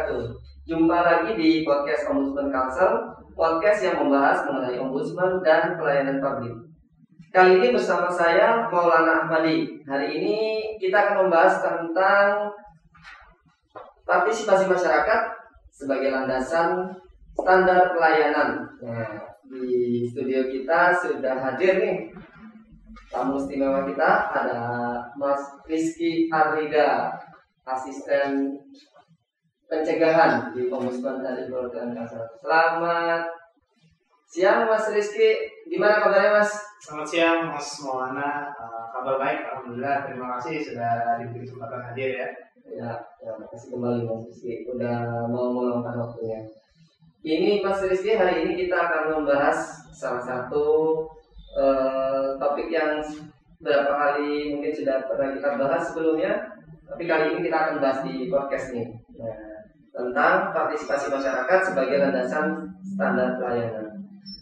wabarakatuh. Jumpa lagi di podcast Ombudsman Council, podcast yang membahas mengenai ombudsman dan pelayanan publik. Kali ini bersama saya Maulana Ahmadi. Hari ini kita akan membahas tentang partisipasi masyarakat sebagai landasan standar pelayanan. Nah, di studio kita sudah hadir nih tamu istimewa kita, ada Mas Rizky Arlida, asisten pencegahan di Ombudsman dari Perwakilan Kalsel. Selamat siang Mas Rizky, gimana kabarnya Mas? Selamat siang Mas Maulana, kabar baik, alhamdulillah. Terima kasih sudah diberi kesempatan hadir ya. Ya, terima kasih kembali Mas Rizky, udah mau meluangkan waktunya. Ini Mas Rizky, hari ini kita akan membahas salah satu topik yang beberapa kali mungkin sudah pernah kita bahas sebelumnya, tapi kali ini kita akan bahas di podcast nih. Nah, tentang partisipasi masyarakat sebagai landasan standar pelayanan.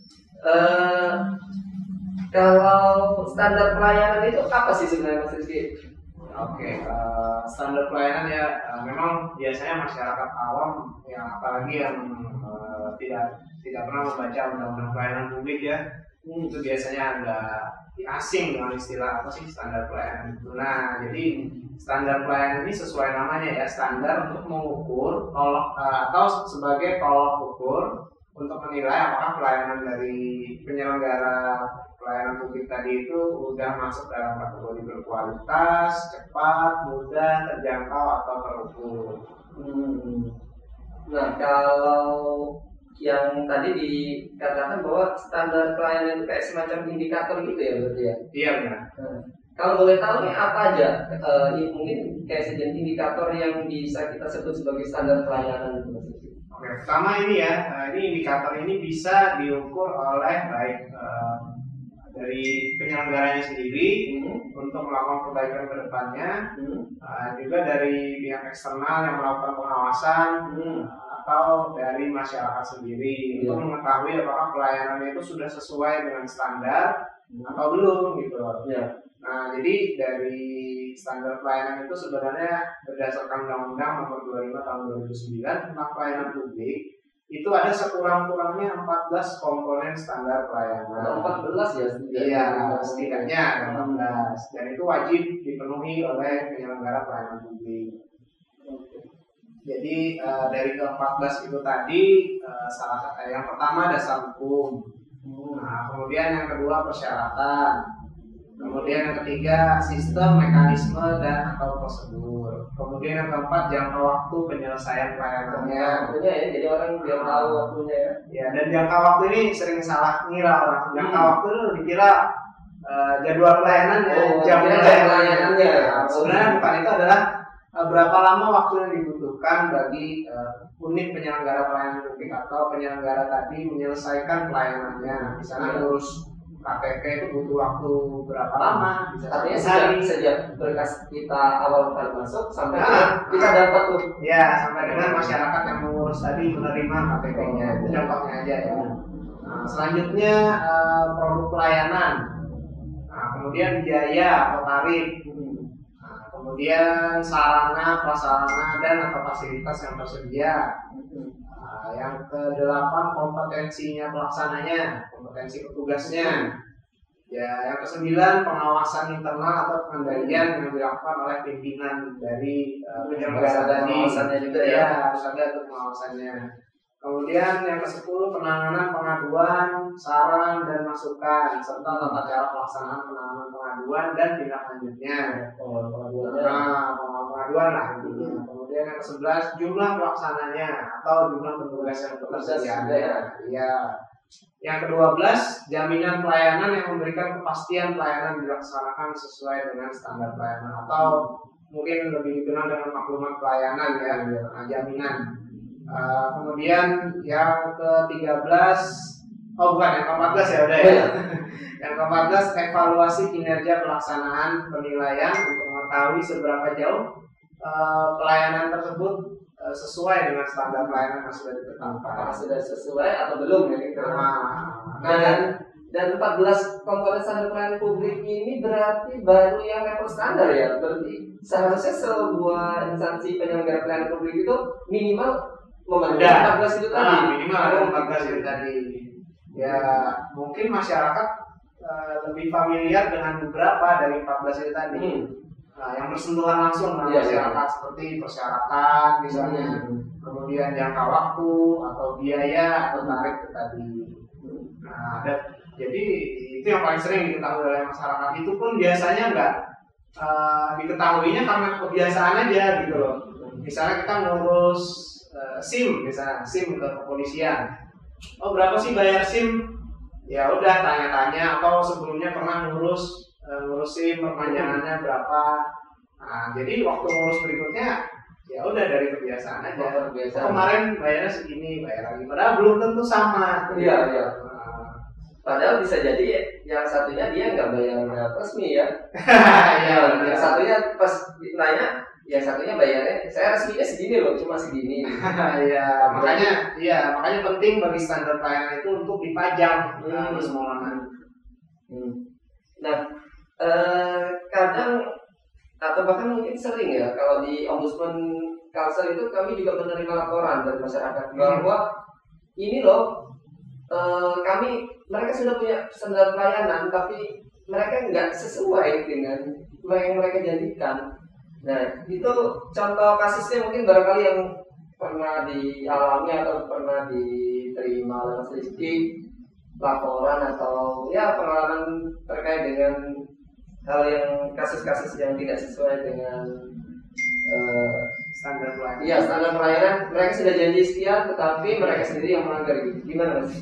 Kalau standar pelayanan itu apa sih sebenarnya Mas Rizky? Oke, standar pelayanan ya memang biasanya masyarakat awam yang apalagi yang tidak pernah membaca undang-undang pelayanan publik ya, itu biasanya agak asing dengan istilah apa sih standar pelayanan itu. Nah, jadi standar pelayanan ini sesuai namanya ya, standar untuk mengukur atau sebagai tolak ukur untuk menilai apakah pelayanan dari penyelenggara pelayanan publik tadi itu udah masuk dalam kategori berkualitas, cepat, mudah, terjangkau atau terukur. Nah, kalau yang tadi dikatakan bahwa standar pelayanan itu kayak semacam indikator gitu ya berarti ya? Iya benar. Kalau boleh tahu nih apa aja mungkin kayak sejenis indikator yang bisa kita sebut sebagai standar pelayanan itu? Oke, pertama ini ya, ini indikator ini bisa diukur oleh baik dari penyelenggaranya sendiri untuk melakukan perbaikan ke depannya, juga dari pihak eksternal yang melakukan pengawasan, atau dari masyarakat sendiri untuk mengetahui apakah pelayanannya itu sudah sesuai dengan standar atau belum gitu. Nah, jadi dari standar pelayanan itu sebenarnya berdasarkan Undang-Undang Nomor 25 Tahun 2009 tentang pelayanan publik, itu ada sekurang-kurangnya 14 komponen standar pelayanan. 14 ya? Iya, setidaknya ada 14, dan itu wajib dipenuhi oleh penyelenggara pelayanan publik. Jadi dari ke-14 itu tadi, yang pertama dasar hukum, nah, kemudian yang kedua persyaratan, kemudian yang ketiga sistem, mekanisme, dan atau prosedur, kemudian yang keempat jangka waktu penyelesaian pelayanannya. Waktunya ya, jadi orang biar tahu waktunya ya. Ya, dan jangka waktu ini sering salah ngira orang. Jangka waktu itu dikira jadwal pelayanannya, jam pelayanannya. Sebenarnya bukan, itu adalah berapa lama waktu yang dibutuhkan bagi unit penyelenggara pelayanan publik atau penyelenggara tadi menyelesaikan pelayanannya. Misalnya ngurus KTP itu butuh waktu berapa lama? Artinya sejak berkas kita awal kali masuk sampai kita dapat tuh. Ya, sampai dengan masyarakat yang mengurus tadi menerima KTP-nya. Itu contohnya aja ya. Nah, selanjutnya produk pelayanan. Nah, kemudian biaya atau tarif. Nah, kemudian sarana, prasarana, dan atau fasilitas yang tersedia. Yang ke-8 kompetensinya pelaksananya, kompetensi petugasnya. Ya, yang ke-9 pengawasan internal atau pengendalian yang dilakukan oleh pimpinan dari penyelenggara tadi. Pengawasannya juga ya, harus ada untuk pengawasannya. Kemudian yang ke-10 penanganan pengaduan, saran dan masukan serta tata cara pelaksanaan penanganan pengaduan dan tindak lanjutnya. Pengaduan lah intinya. Kemudian yang ke-11 jumlah pelaksananya atau jumlah petugas yang tersedia. Ya. Yang ke-12 jaminan pelayanan yang memberikan kepastian pelayanan dilaksanakan sesuai dengan standar pelayanan atau mungkin lebih dikenal dengan maklumat pelayanan ya, jaminan. Kemudian yang ke-13 bukan, yang ke-14 ya udah ya. Yang ke-14 evaluasi kinerja pelaksanaan penilaian untuk mengetahui seberapa jauh pelayanan tersebut sesuai dengan standar pelayanan yang sudah ditetapkan. Apakah sudah sesuai atau belum ya? Dan Dan 14 komponen standar pelayanan publik ini berarti baru yang level standar ya. Berarti seharusnya sebuah instansi penyelenggara pelayanan publik itu minimal memenuhi 14 itu tadi. Minimal ada 14 itu tadi. Ya mungkin masyarakat lebih familiar dengan beberapa dari 14 itu tadi. Yang bersentuhan langsung dengan masyarakat seperti persyaratan misalnya, kemudian jangka waktu atau biaya atau tarif itu tadi. Nah, jadi itu yang paling sering diketahui oleh masyarakat. Itu pun biasanya nggak diketahuinya karena kebiasaan aja gitu loh. Misalnya kita ngurus SIM, misalnya SIM ke kepolisian. Oh berapa sih bayar SIM? Ya udah tanya-tanya, atau sebelumnya pernah ngurus SIM perpanjangannya berapa. Nah, jadi waktu ngurus berikutnya ya udah dari kebiasaan aja. Kemarin bayarnya segini, bayar lagi. Padahal belum tentu sama. Iya. Padahal bisa jadi yang satunya dia nggak bayar resmi ya. Yang satunya pas ditanya, yang satunya bayarnya saya resminya segini loh, cuma segini. makanya penting bagi standar pelayanan itu untuk dipajang semua. Nah, kadang atau bahkan mungkin sering ya kalau di Ombudsman Kalsel itu kami juga menerima laporan dari masyarakat bahwa ini loh mereka sudah punya standar pelayanan tapi mereka nggak sesuai dengan yang mereka janjikan. Nah itu contoh kasusnya mungkin barangkali yang pernah dialami atau pernah diterima oleh Mas Rizky, laporan atau ya pengalaman terkait dengan hal yang kasus-kasus yang tidak sesuai dengan standar pelayanan. Iya, standar pelayanan. Mereka sudah janji sekian, tetapi mereka sendiri yang melanggar gitu. Gimana Mas?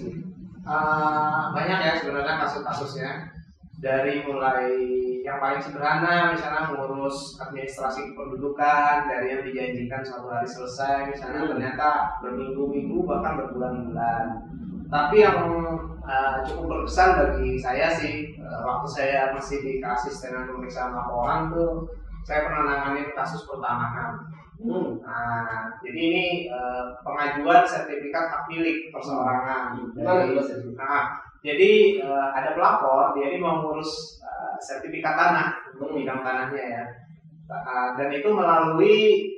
Banyak ya sebenarnya kasus-kasusnya. Dari mulai yang paling sederhana, misalnya mengurus administrasi kependudukan, dari yang dijanjikan 1 hari selesai, misalnya ternyata berminggu-minggu bahkan berbulan-bulan. Tapi yang cukup berkesan bagi saya sih, waktu saya masih di Keasistenan Pemeriksaan Laporan tuh, saya pernah nanganin kasus pertanahan. Nah, jadi ini pengajuan sertifikat hak milik perseorangan. Jadi ada pelapor, dia ini mau ngurus sertifikat tanah untuk bidang tanahnya ya. Dan itu melalui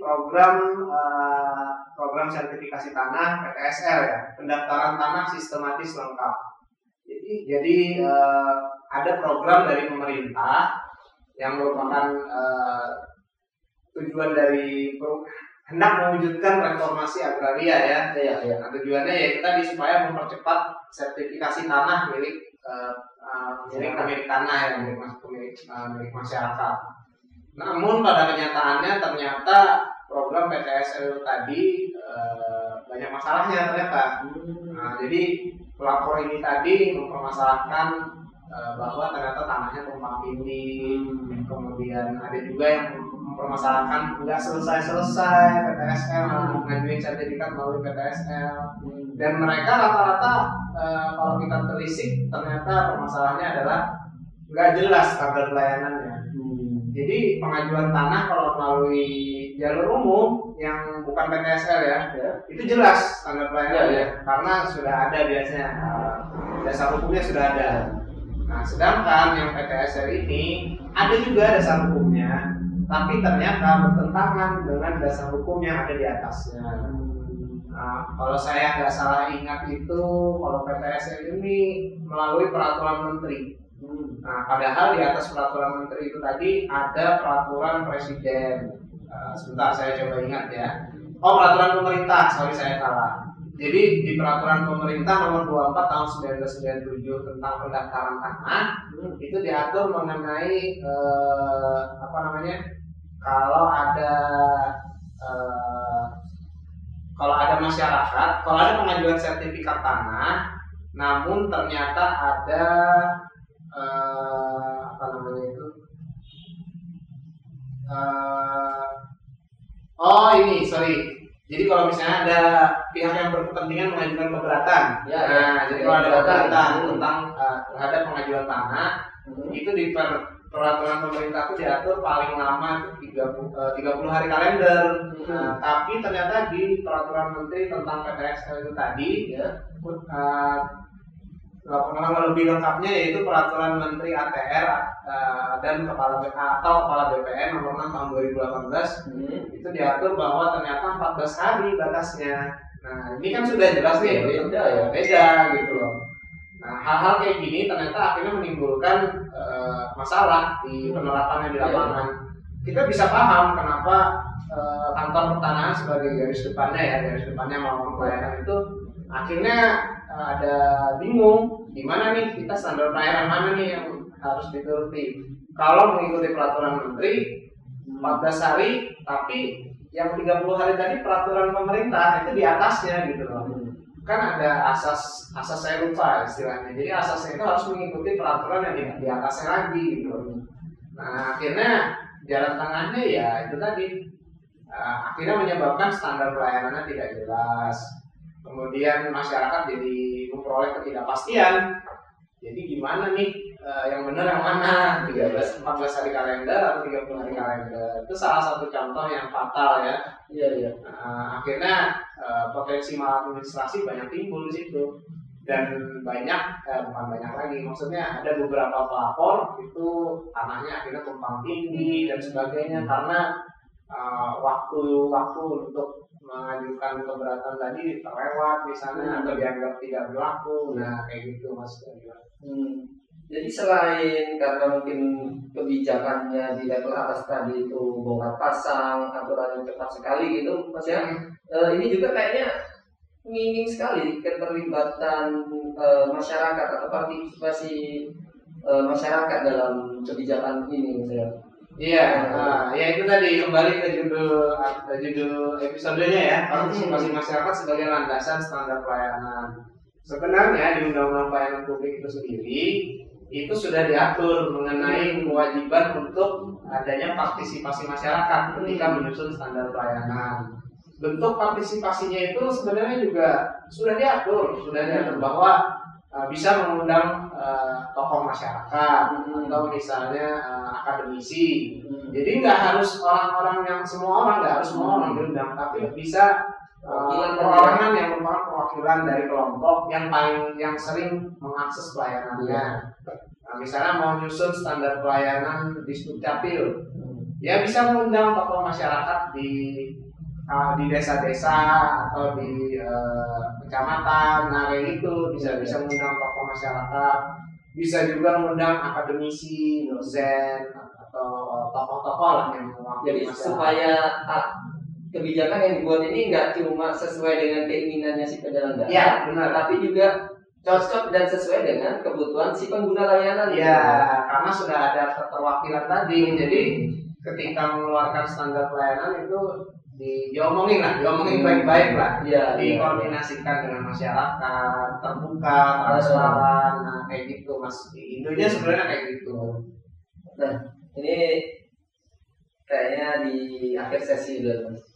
program sertifikasi tanah PTSL ya, pendaftaran tanah sistematis lengkap. Jadi ada program dari pemerintah yang merupakan tujuan dari hendak mewujudkan reformasi agraria ya. Nah, tujuannya ya tadi supaya mempercepat sertifikasi tanah milik pemilik tanah ya, milik masyarakat. Namun pada kenyataannya ternyata program PTSL tadi banyak masalahnya ternyata. Nah, jadi pelapor ini tadi mempermasalahkan bahwa ternyata tanahnya tumpang tindih, kemudian ada juga yang mempermasalahkan nggak selesai PTSL, mengajuin sertifikat melalui PTSL, dan mereka rata-rata kalau kita telisik ternyata permasalahannya adalah nggak jelas standar pelayanannya. Jadi pengajuan tanah kalau melalui jalur umum yang bukan PTSL ya, itu jelas standar pelayanannya karena sudah ada biasanya dasar hukumnya sudah ada. Nah, sedangkan yang PTSL ini ada juga dasar hukumnya, tapi ternyata bertentangan dengan dasar hukum yang ada di atasnya. Nah, kalau saya nggak salah ingat itu, kalau PTSL ini melalui peraturan menteri. Nah, padahal di atas peraturan menteri itu tadi ada peraturan presiden. Sebentar saya coba ingat ya. Oh, peraturan pemerintah, sorry saya salah. Jadi di peraturan pemerintah nomor 24 tahun 1997 tentang pendaftaran tanah itu diatur mengenai kalau ada masyarakat, kalau ada pengajuan sertifikat tanah, namun ternyata ada Jadi kalau misalnya ada pihak yang berkepentingan mengajukan keberatan, jadi kalau ada keberatan tentang terhadap pengajuan tanah, itu di peraturan pemerintah itu diatur paling lama 30 hari kalender. Tapi ternyata di peraturan menteri tentang PTSL itu tadi Pengalaman lebih lengkapnya yaitu Peraturan Menteri ATR dan Kepala BPN nomor 6 tahun 2018 itu diatur bahwa ternyata 14 hari batasnya. Nah ini kan sudah jelas nih beda gitu loh. Nah hal-hal kayak gini ternyata akhirnya menimbulkan masalah di penerapannya di lapangan. Kita bisa paham kenapa kantor pertanahan sebagai garis depannya melakukan pelayanan itu akhirnya ada bingung gimana nih kita standar pelayanan mana nih yang harus dituruti. Kalau mengikuti peraturan menteri 14 hari tapi yang 30 hari tadi peraturan pemerintah itu di atasnya gitu loh. Kan ada asas saya lupa istilahnya. Jadi asasnya itu harus mengikuti peraturan yang di atasnya lagi gitu. Nah akhirnya jalan tengahnya ya itu tadi akhirnya menyebabkan standar pelayanannya tidak jelas. Kemudian masyarakat jadi memperoleh ketidakpastian. Jadi gimana nih yang benar yang mana? 14 hari kalender atau 30 hari kalender? Itu salah satu contoh yang fatal ya. Iya. Akhirnya potensi maladministrasi banyak timbul di situ. Dan bukan banyak lagi, maksudnya ada beberapa pelapor itu tanahnya akhirnya tumpang tindih dan sebagainya karena waktu untuk mengajukan keberatan tadi terlewat misalnya atau dianggap tidak berlaku. Nah kayak gitu Mas. Jadi selain karena mungkin kebijakannya di level atas tadi itu bongkar pasang, aturan yang ketat sekali gitu Mas ya, ini juga kayaknya minim sekali keterlibatan masyarakat atau partisipasi masyarakat dalam kebijakan ini Mas ya. Iya, ya itu tadi kembali ke judul episodenya ya, partisipasi masyarakat sebagai landasan standar pelayanan. Sebenarnya di Undang-Undang Pelayanan Publik itu sendiri itu sudah diatur mengenai kewajiban untuk adanya partisipasi masyarakat ketika menyusun standar pelayanan. Bentuk partisipasinya itu sebenarnya juga sudah diatur bahwa bisa mengundang tokoh masyarakat atau misalnya akademisi. Jadi nggak harus semua orang diundang, tapi bisa perorangan yang merupakan perwakilan dari kelompok yang sering mengakses pelayanannya. Nah, misalnya mau nyusun standar pelayanan di Dukcapil, ya bisa mengundang tokoh masyarakat di desa-desa atau di kecamatan, nah kayak gitu bisa mengundang tokoh masyarakat, bisa juga mengundang akademisi, dosen atau tokoh-tokoh lah yang mewakili masyarakat. Supaya kebijakan yang dibuat ini nggak cuma sesuai dengan keinginannya si penyelenggara, ya, benar, tapi juga cocok dan sesuai dengan kebutuhan si pengguna layanan. Ya, karena sudah ada keterwakilan tadi, jadi ketika mengeluarkan standar pelayanan itu diomongin baik-baik lah, dikoordinasikan dengan masyarakat, terbuka, transparan, nah kayak gitu Mas. Intinya sebenarnya kayak gitu. Nah, ini kayaknya di akhir sesi dulu Mas.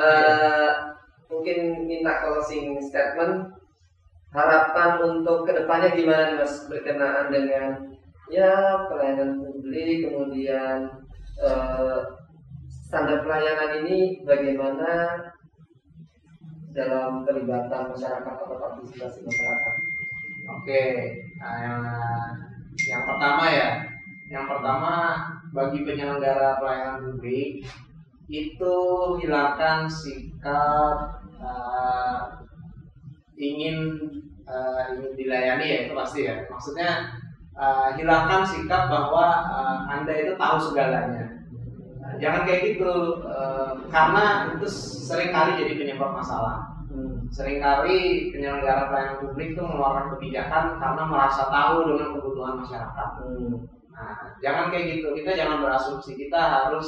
Mungkin minta closing statement, harapan untuk kedepannya gimana Mas berkenaan dengan pelayanan publik, kemudian standar pelayanan ini bagaimana dalam kelibatan masyarakat atau partisipasi masyarakat? Oke, yang pertama bagi penyelenggara pelayanan publik itu hilangkan sikap ingin dilayani ya, itu pasti ya. Maksudnya hilangkan sikap bahwa Anda itu tahu segalanya. Jangan kayak gitu, karena itu seringkali jadi penyebab masalah. Seringkali penyelenggara pelayanan publik itu mengeluarkan kebijakan karena merasa tahu dengan kebutuhan masyarakat. Nah, jangan kayak gitu. Kita jangan berasumsi. Kita harus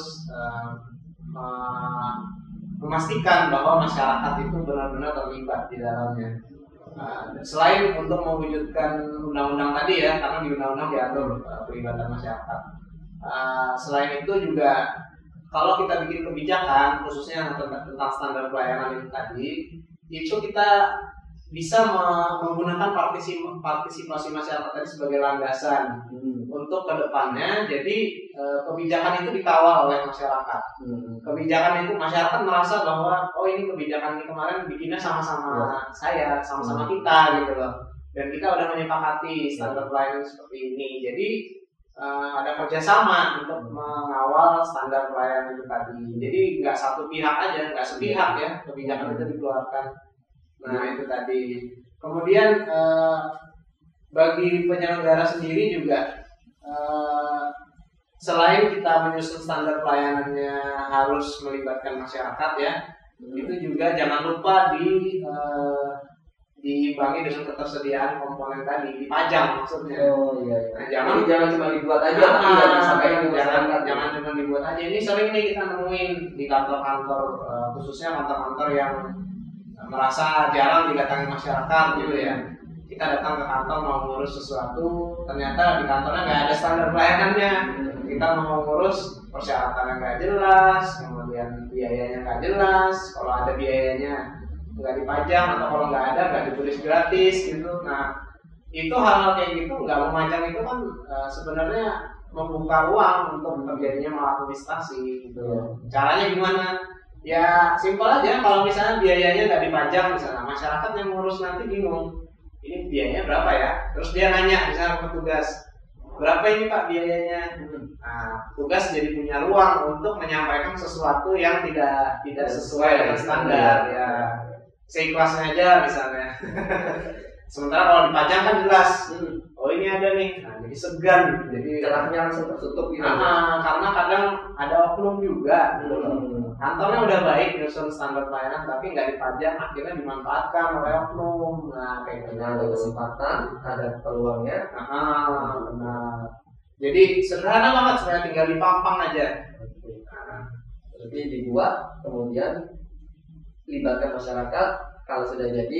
memastikan bahwa masyarakat itu benar-benar terlibat di dalamnya. Selain untuk mewujudkan undang-undang tadi ya, karena di undang-undang diatur pelibatan masyarakat. Selain itu juga kalau kita bikin kebijakan khususnya tentang standar pelayanan itu tadi, itu kita bisa menggunakan partisipasi masyarakat tadi sebagai landasan untuk kedepannya. Jadi kebijakan itu dikawal oleh masyarakat. Kebijakan itu masyarakat merasa bahwa ini kebijakan ini kemarin bikinnya sama-sama saya, sama-sama kita gitu loh. dan kita udah menyepakati standar pelayanan seperti ini. Jadi ada kerjasama untuk mengawal standar pelayanan itu tadi. Jadi nggak satu pihak aja, nggak sepihak ya kebijakan itu dikeluarkan. Nah itu tadi. Kemudian bagi penyelenggara sendiri juga selain kita menyusun standar pelayanannya harus melibatkan masyarakat ya, itu juga jangan lupa diimbangi dengan ketersediaan komponen tadi, dipajang maksudnya. Oh iya. Nah, jangan cuma dibuat aja, tapi nggak disampaikan ke masyarakat. Jangan cuma dibuat aja. Ini sering nih kita nemuin di kantor-kantor, khususnya kantor-kantor yang merasa jarang didatangi masyarakat gitu ya. Kita datang ke kantor mau ngurus sesuatu, ternyata di kantornya nggak ada standar pelayanannya. Kita mau ngurus persyaratannya nggak jelas, kemudian biayanya nggak jelas. Kalau ada biayanya nggak dipajang, atau kalau nggak ada nggak ditulis gratis gitu. Nah itu hal-hal kayak gitu, nggak memajang itu kan sebenarnya membuka ruang untuk terjadinya maladministrasi gitu. Caranya gimana? Ya simpel aja, kalau misalnya biayanya nggak dipajang, misalnya masyarakat yang ngurus nanti bingung, ini biayanya berapa ya? Terus dia nanya misalnya ke petugas, berapa ini Pak biayanya? Nah, tugas jadi punya ruang untuk menyampaikan sesuatu yang tidak sesuai dengan standar ya. Seikhlasnya aja misalnya. Sementara kalau dipajang kan jelas, oh ini ada nih, nah jadi segan, jadi celahnya langsung tertutup gitu. Karena kadang ada oknum juga, kantornya udah baik nyusun standar pelayanan, tapi nggak dipajang, akhirnya dimanfaatkan oleh oknum. Nah kayak gitu. Ada kesempatan, ada peluangnya. Benar. Jadi sederhana banget, sebenarnya tinggal dipampang aja. Jadi dibuat, kemudian libatkan masyarakat, kalau sudah jadi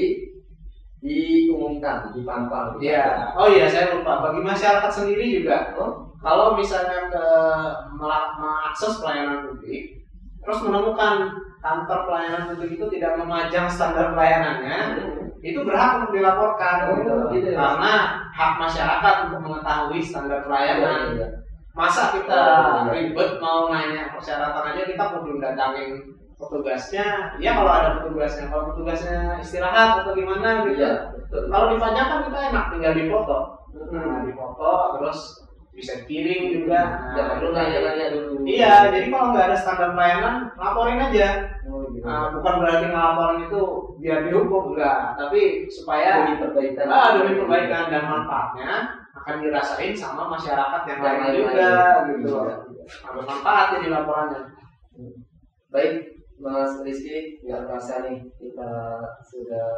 diumumkan, dipampang. Iya. Oh iya, saya lupa. Bagi masyarakat sendiri juga, kalau misalnya mengakses pelayanan publik, terus menemukan kantor pelayanan publik itu tidak memajang standar pelayanannya, itu berhak untuk dilaporkan. Gitu. Karena hak masyarakat untuk mengetahui standar pelayanan. Masa kita ribet mau nanya persyaratan aja, kita perlu datangin petugasnya, ya kalau ada petugasnya, kalau petugasnya istirahat atau gimana gitu. Kalau dipajang kan kita enak, tinggal difoto. Nah, difoto terus bisa dikirim juga. Jangan perlu nanya-nanya dulu. Iya, jadi kalau nggak ada standar pelayanan, laporin aja. Bukan berarti ngelaporin itu biar dihukum, enggak, tapi supaya demi perbaikan dan manfaatnya akan dirasain sama masyarakat yang lain juga gitu. Ada manfaat jadi laporannya. Baik, Mas Rizky, nggak terasa nih kita sudah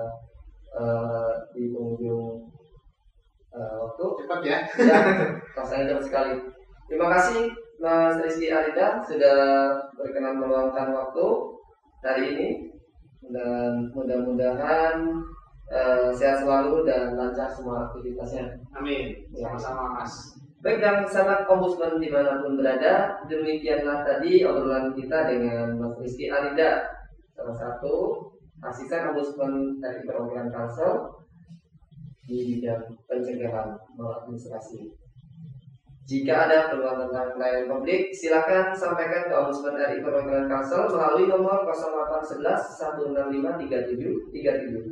di penghujung waktu. Cepat ya? Ya, rasanya cepat sekali. Terima kasih Mas Rizky Arida sudah berkenan meluangkan waktu hari ini, dan mudah-mudahan sehat selalu dan lancar semua aktivitasnya. Amin. Sama-sama Mas. Baik, dan sahabat Ombudsman dimanapun berada, demikianlah tadi obrolan kita dengan Mas Rizky Arida, salah satu asisten Ombudsman dari Perwakilan Kalsel di bidang pencegahan maladministrasi. Jika ada keluhan tentang pelayanan publik, silakan sampaikan ke Ombudsman RI Perwakilan Kalsel melalui nomor 0811 165 3737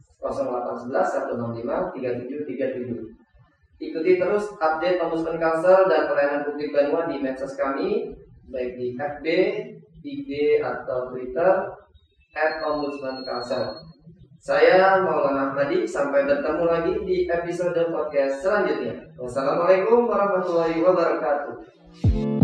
0811 165 3737. Ikuti terus update Ombudsman Kalsel dan pelayanan publik Banua di medsos kami, baik di FB, IG atau Twitter @ombudsman-kalsel. Saya Maulana Ahmadi, sampai bertemu lagi di episode podcast selanjutnya. Wassalamualaikum warahmatullahi wabarakatuh.